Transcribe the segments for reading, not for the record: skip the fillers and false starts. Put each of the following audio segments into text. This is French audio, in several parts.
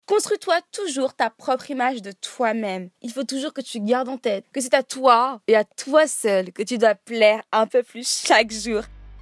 Construis-toi toujours ta propre image de toi-même. Il faut toujours que tu gardes en tête que c'est à toi et à toi seul que tu dois plaire un peu plus chaque jour.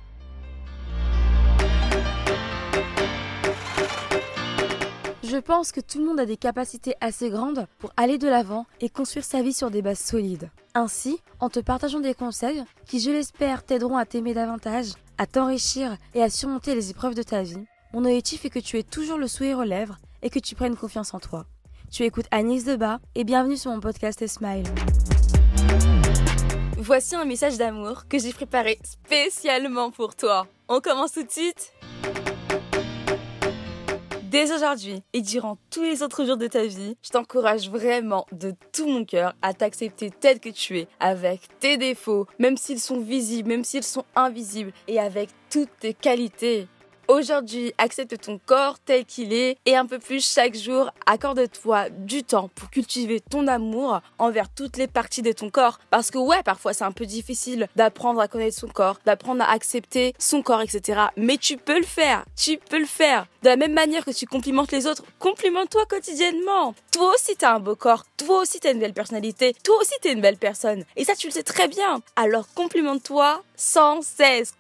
Je pense que tout le monde a des capacités assez grandes pour aller de l'avant et construire sa vie sur des bases solides. Ainsi, en te partageant des conseils qui, je l'espère, t'aideront à t'aimer davantage, à t'enrichir et à surmonter les épreuves de ta vie, mon objectif est que tu aies toujours le sourire aux lèvres et que tu prennes confiance en toi. Tu écoutes Agnès Debat et bienvenue sur mon podcast Smile. Voici un message d'amour que j'ai préparé spécialement pour toi. On commence tout de suite ? Dès aujourd'hui et durant tous les autres jours de ta vie, je t'encourage vraiment de tout mon cœur à t'accepter tel que tu es, avec tes défauts, même s'ils sont visibles, même s'ils sont invisibles, et avec toutes tes qualités. Aujourd'hui, accepte ton corps tel qu'il est et un peu plus chaque jour, accorde-toi du temps pour cultiver ton amour envers toutes les parties de ton corps. Parce que ouais, parfois c'est un peu difficile d'apprendre à connaître son corps, d'apprendre à accepter son corps, etc. Mais tu peux le faire, De la même manière que tu complimentes les autres, complimente-toi quotidiennement. Toi aussi t'as un beau corps, toi aussi t'as une belle personnalité, toi aussi t'es une belle personne. Et ça tu le sais très bien. Alors complimente-toi sans cesse,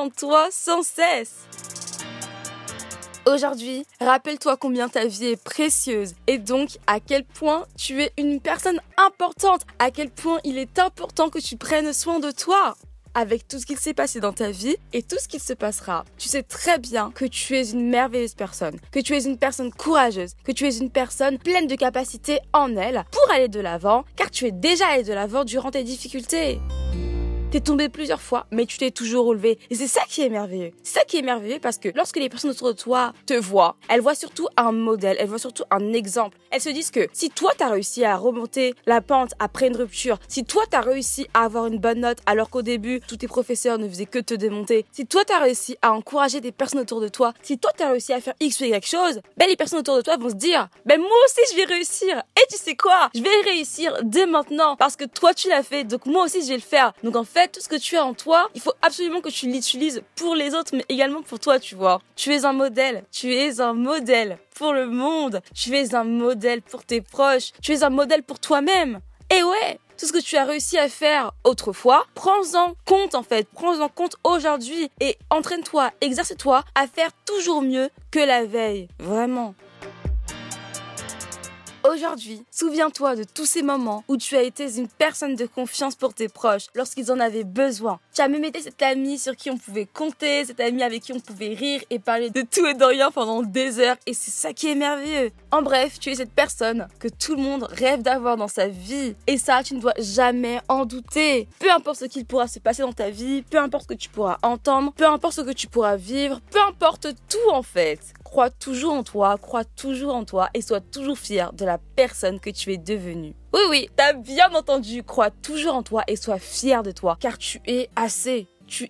Aujourd'hui, rappelle-toi combien ta vie est précieuse et donc à quel point tu es une personne importante, à quel point il est important que tu prennes soin de toi. Avec tout ce qui s'est passé dans ta vie et tout ce qui se passera, tu sais très bien que tu es une merveilleuse personne, que tu es une personne courageuse, que tu es une personne pleine de capacités en elle pour aller de l'avant, car tu es déjà allé de l'avant durant tes difficultés. T'es tombé plusieurs fois, mais tu t'es toujours relevé. Et c'est ça qui est merveilleux. C'est ça qui est merveilleux parce que lorsque les personnes autour de toi te voient, elles voient surtout un modèle, elles voient surtout un exemple. Elles se disent que si toi t'as réussi à remonter la pente après une rupture, si toi t'as réussi à avoir une bonne note alors qu'au début, tous tes professeurs ne faisaient que te démonter, si toi t'as réussi à encourager des personnes autour de toi, si toi t'as réussi à faire X ou Y chose, les personnes autour de toi vont se dire, moi aussi je vais réussir. Et tu sais quoi? Je vais réussir dès maintenant parce que toi tu l'as fait, donc moi aussi je vais le faire. Donc en fait, tout ce que tu as en toi, il faut absolument que tu l'utilises pour les autres, mais également pour toi, tu vois. Tu es un modèle pour le monde. Tu es un modèle pour tes proches. Tu es un modèle pour toi-même. Et ouais, tout ce que tu as réussi à faire autrefois, prends-en compte aujourd'hui et entraîne-toi, exerce-toi à faire toujours mieux que la veille. Vraiment. Aujourd'hui, souviens-toi de tous ces moments où tu as été une personne de confiance pour tes proches lorsqu'ils en avaient besoin. Tu as même été cet ami sur qui on pouvait compter, cet ami avec qui on pouvait rire et parler de tout et de rien pendant des heures et c'est ça qui est merveilleux. En bref, tu es cette personne que tout le monde rêve d'avoir dans sa vie et ça, tu ne dois jamais en douter. Peu importe ce qu'il pourra se passer dans ta vie, peu importe ce que tu pourras entendre, peu importe ce que tu pourras vivre, peu importe tout en fait. Crois toujours en toi et sois toujours fier de la personne que tu es devenue. Oui, t'as bien entendu, crois toujours en toi et sois fier de toi, car tu es assez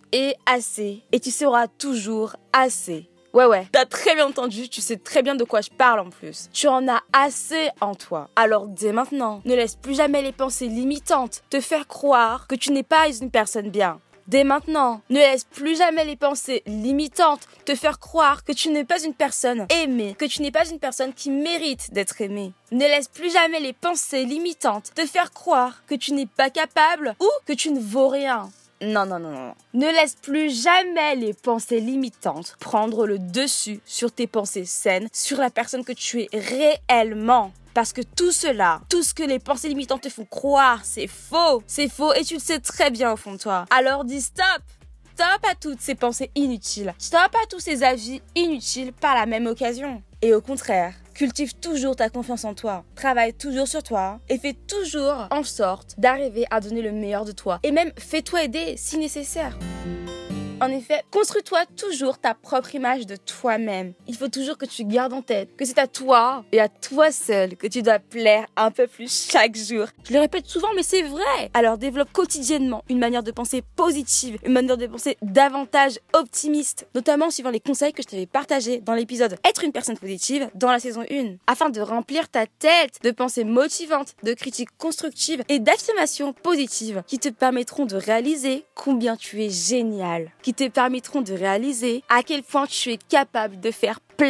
et tu seras toujours assez. Ouais, t'as très bien entendu, tu sais très bien de quoi je parle en plus. Tu en as assez en toi. Alors dès maintenant, ne laisse plus jamais les pensées limitantes te faire croire que tu n'es pas une personne bien. Dès maintenant, ne laisse plus jamais les pensées limitantes te faire croire que tu n'es pas une personne aimée, que tu n'es pas une personne qui mérite d'être aimée. Ne laisse plus jamais les pensées limitantes te faire croire que tu n'es pas capable ou que tu ne vaux rien. Non. Ne laisse plus jamais les pensées limitantes prendre le dessus sur tes pensées saines, sur la personne que tu es réellement. Parce que tout ce que les pensées limitantes te font croire, c'est faux et tu le sais très bien au fond de toi. Alors dis stop à toutes ces pensées inutiles, stop à tous ces avis inutiles par la même occasion. Et au contraire, cultive toujours ta confiance en toi, travaille toujours sur toi et fais toujours en sorte d'arriver à donner le meilleur de toi. Et même fais-toi aider si nécessaire. En effet, construis-toi toujours ta propre image de toi-même. Il faut toujours que tu gardes en tête que c'est à toi et à toi seul que tu dois plaire un peu plus chaque jour. Je le répète souvent, mais c'est vrai. Alors développe quotidiennement une manière de penser positive, une manière de penser davantage optimiste, notamment en suivant les conseils que je t'avais partagés dans l'épisode Être une personne positive dans la saison 1, afin de remplir ta tête de pensées motivantes, de critiques constructives et d'affirmations positives qui te permettront de réaliser combien tu es génial, qui te permettront de réaliser à quel point tu es capable de faire plein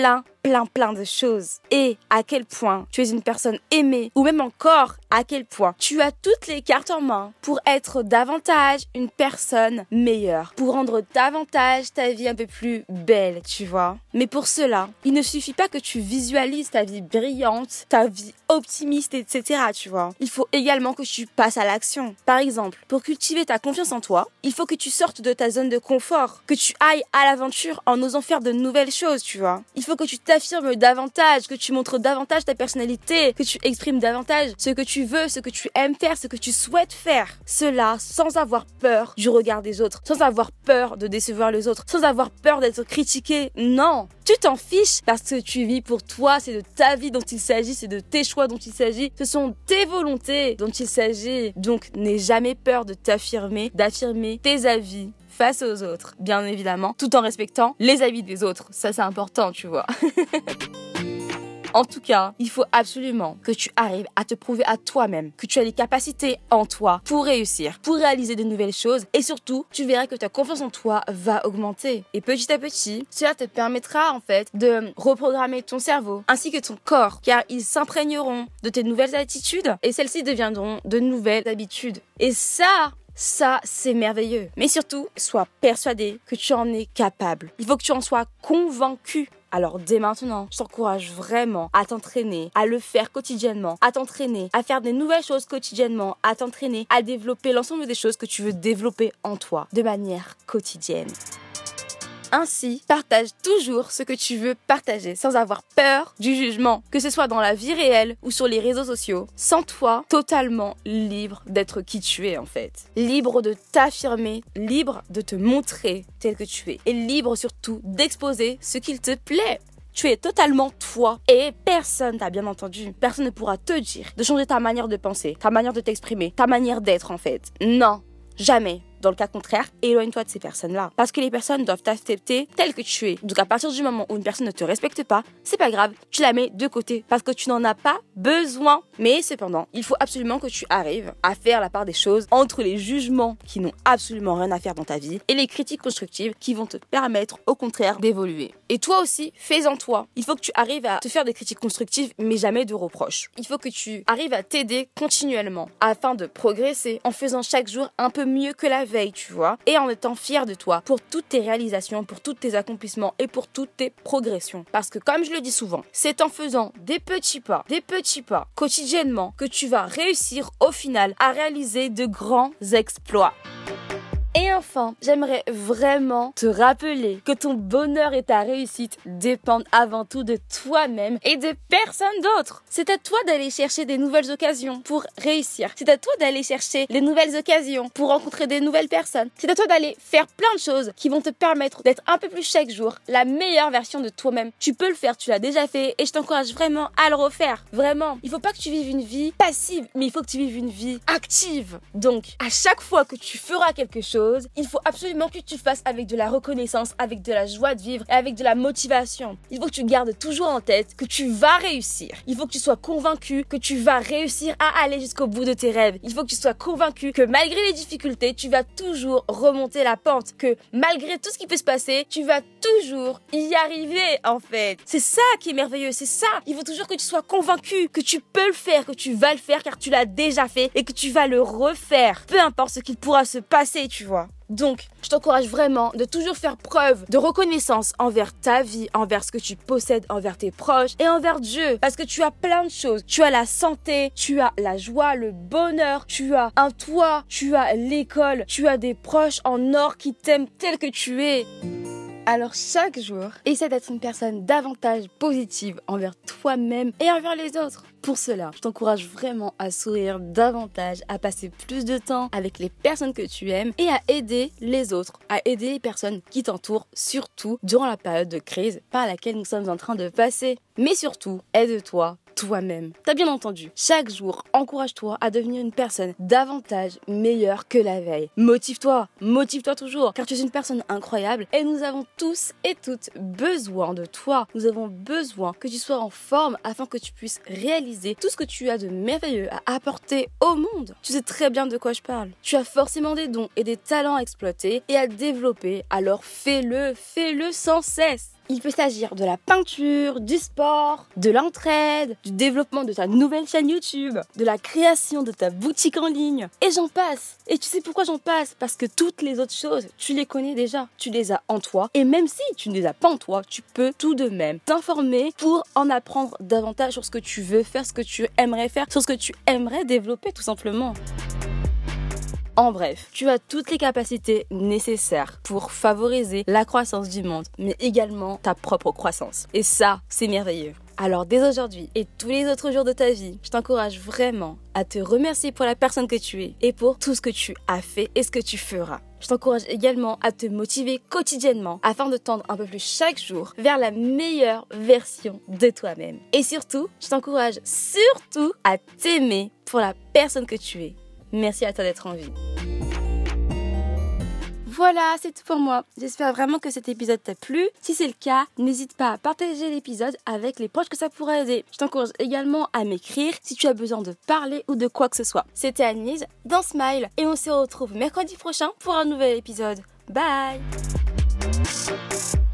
plein de choses et à quel point tu es une personne aimée ou même encore à quel point tu as toutes les cartes en main pour être davantage une personne meilleure, pour rendre davantage ta vie un peu plus belle, tu vois. Mais pour cela, il ne suffit pas que tu visualises ta vie brillante, ta vie optimiste, etc., tu vois. Il faut également que tu passes à l'action. Par exemple, pour cultiver ta confiance en toi, il faut que tu sortes de ta zone de confort, que tu ailles à l'aventure en osant faire de nouvelles choses, tu vois. Il faut que tu t'affirmes davantage, que tu montres davantage ta personnalité, que tu exprimes davantage ce que tu veux, ce que tu aimes faire, ce que tu souhaites faire. Cela sans avoir peur du regard des autres, sans avoir peur de décevoir les autres, sans avoir peur d'être critiqué. Non, tu t'en fiches parce que tu vis pour toi, c'est de ta vie dont il s'agit, c'est de tes choix dont il s'agit, ce sont tes volontés dont il s'agit. Donc n'aie jamais peur de t'affirmer, d'affirmer tes avis face aux autres, bien évidemment, tout en respectant les avis des autres. Ça, c'est important, tu vois. En tout cas, il faut absolument que tu arrives à te prouver à toi-même que tu as les capacités en toi pour réussir, pour réaliser de nouvelles choses et surtout, tu verras que ta confiance en toi va augmenter. Et petit à petit, cela te permettra en fait de reprogrammer ton cerveau ainsi que ton corps car ils s'imprégneront de tes nouvelles attitudes et celles-ci deviendront de nouvelles habitudes. Et ça, c'est merveilleux. Mais surtout, sois persuadé que tu en es capable. Il faut que tu en sois convaincu. Alors dès maintenant, je t'encourage vraiment à t'entraîner, à le faire quotidiennement, à t'entraîner, à faire des nouvelles choses quotidiennement, à t'entraîner, à développer l'ensemble des choses que tu veux développer en toi de manière quotidienne. Ainsi, partage toujours ce que tu veux partager sans avoir peur du jugement, que ce soit dans la vie réelle ou sur les réseaux sociaux. Sens-toi totalement libre d'être qui tu es en fait. Libre de t'affirmer, libre de te montrer tel que tu es et libre surtout d'exposer ce qu'il te plaît. Tu es totalement toi et personne, t'as bien entendu, personne ne pourra te dire de changer ta manière de penser, ta manière de t'exprimer, ta manière d'être en fait. Non, jamais. Dans le cas contraire, éloigne-toi de ces personnes-là. Parce que les personnes doivent t'accepter tel que tu es. Donc à partir du moment où une personne ne te respecte pas, c'est pas grave, tu la mets de côté. Parce que tu n'en as pas besoin. Mais cependant, il faut absolument que tu arrives à faire la part des choses entre les jugements qui n'ont absolument rien à faire dans ta vie et les critiques constructives qui vont te permettre au contraire d'évoluer. Et toi aussi, fais-en toi. Il faut que tu arrives à te faire des critiques constructives mais jamais de reproches. Il faut que tu arrives à t'aider continuellement afin de progresser en faisant chaque jour un peu mieux que la veille, tu vois, et en étant fier de toi pour toutes tes réalisations, pour tous tes accomplissements et pour toutes tes progressions. Parce que comme je le dis souvent, c'est en faisant des petits pas quotidiennement que tu vas réussir au final à réaliser de grands exploits. Et enfin, j'aimerais vraiment te rappeler que ton bonheur et ta réussite dépendent avant tout de toi-même et de personne d'autre. C'est à toi d'aller chercher des nouvelles occasions pour réussir. C'est à toi d'aller chercher les nouvelles occasions pour rencontrer des nouvelles personnes. C'est à toi d'aller faire plein de choses qui vont te permettre d'être un peu plus chaque jour la meilleure version de toi-même. Tu peux le faire, tu l'as déjà fait et je t'encourage vraiment à le refaire. Vraiment, il faut pas que tu vives une vie passive, mais il faut que tu vives une vie active. Donc, à chaque fois que tu feras quelque chose, il faut absolument que tu fasses avec de la reconnaissance, avec de la joie de vivre et avec de la motivation. Il faut que tu gardes toujours en tête que tu vas réussir. Il faut que tu sois convaincu que tu vas réussir à aller jusqu'au bout de tes rêves. Il faut que tu sois convaincu que malgré les difficultés, tu vas toujours remonter la pente. Que malgré tout ce qui peut se passer, tu vas toujours y arriver en fait. C'est ça qui est merveilleux, c'est ça. Il faut toujours que tu sois convaincu que tu peux le faire, que tu vas le faire car tu l'as déjà fait et que tu vas le refaire. Peu importe ce qu'il pourra se passer, tu vois. Donc, je t'encourage vraiment de toujours faire preuve de reconnaissance envers ta vie, envers ce que tu possèdes, envers tes proches et envers Dieu. Parce que tu as plein de choses. Tu as la santé, tu as la joie, le bonheur, tu as un toit, tu as l'école, tu as des proches en or qui t'aiment tel que tu es. Alors chaque jour, essaie d'être une personne davantage positive envers toi-même et envers les autres. Pour cela, je t'encourage vraiment à sourire davantage, à passer plus de temps avec les personnes que tu aimes et à aider les autres, à aider les personnes qui t'entourent, surtout durant la période de crise par laquelle nous sommes en train de passer. Mais surtout, aide-toi toi-même. T'as bien entendu, chaque jour, encourage-toi à devenir une personne davantage meilleure que la veille. Motive-toi toujours, car tu es une personne incroyable et nous avons tous et toutes besoin de toi. Nous avons besoin que tu sois en forme afin que tu puisses réaliser tout ce que tu as de merveilleux à apporter au monde. Tu sais très bien de quoi je parle. Tu as forcément des dons et des talents à exploiter et à développer, alors fais-le sans cesse. Il peut s'agir de la peinture, du sport, de l'entraide, du développement de ta nouvelle chaîne YouTube, de la création de ta boutique en ligne. Et j'en passe. Et tu sais pourquoi j'en passe? Parce que toutes les autres choses, tu les connais déjà. Tu les as en toi. Et même si tu ne les as pas en toi, tu peux tout de même t'informer pour en apprendre davantage sur ce que tu veux faire, ce que tu aimerais faire, sur ce que tu aimerais développer tout simplement. En bref, tu as toutes les capacités nécessaires pour favoriser la croissance du monde, mais également ta propre croissance. Et ça, c'est merveilleux. Alors dès aujourd'hui et tous les autres jours de ta vie, je t'encourage vraiment à te remercier pour la personne que tu es et pour tout ce que tu as fait et ce que tu feras. Je t'encourage également à te motiver quotidiennement afin de tendre un peu plus chaque jour vers la meilleure version de toi-même. Et surtout, je t'encourage surtout à t'aimer pour la personne que tu es. Merci à toi d'être en vie. Voilà, c'est tout pour moi. J'espère vraiment que cet épisode t'a plu. Si c'est le cas, n'hésite pas à partager l'épisode avec les proches que ça pourrait aider. Je t'encourage également à m'écrire si tu as besoin de parler ou de quoi que ce soit. C'était Agnès dans Smile et on se retrouve mercredi prochain pour un nouvel épisode. Bye!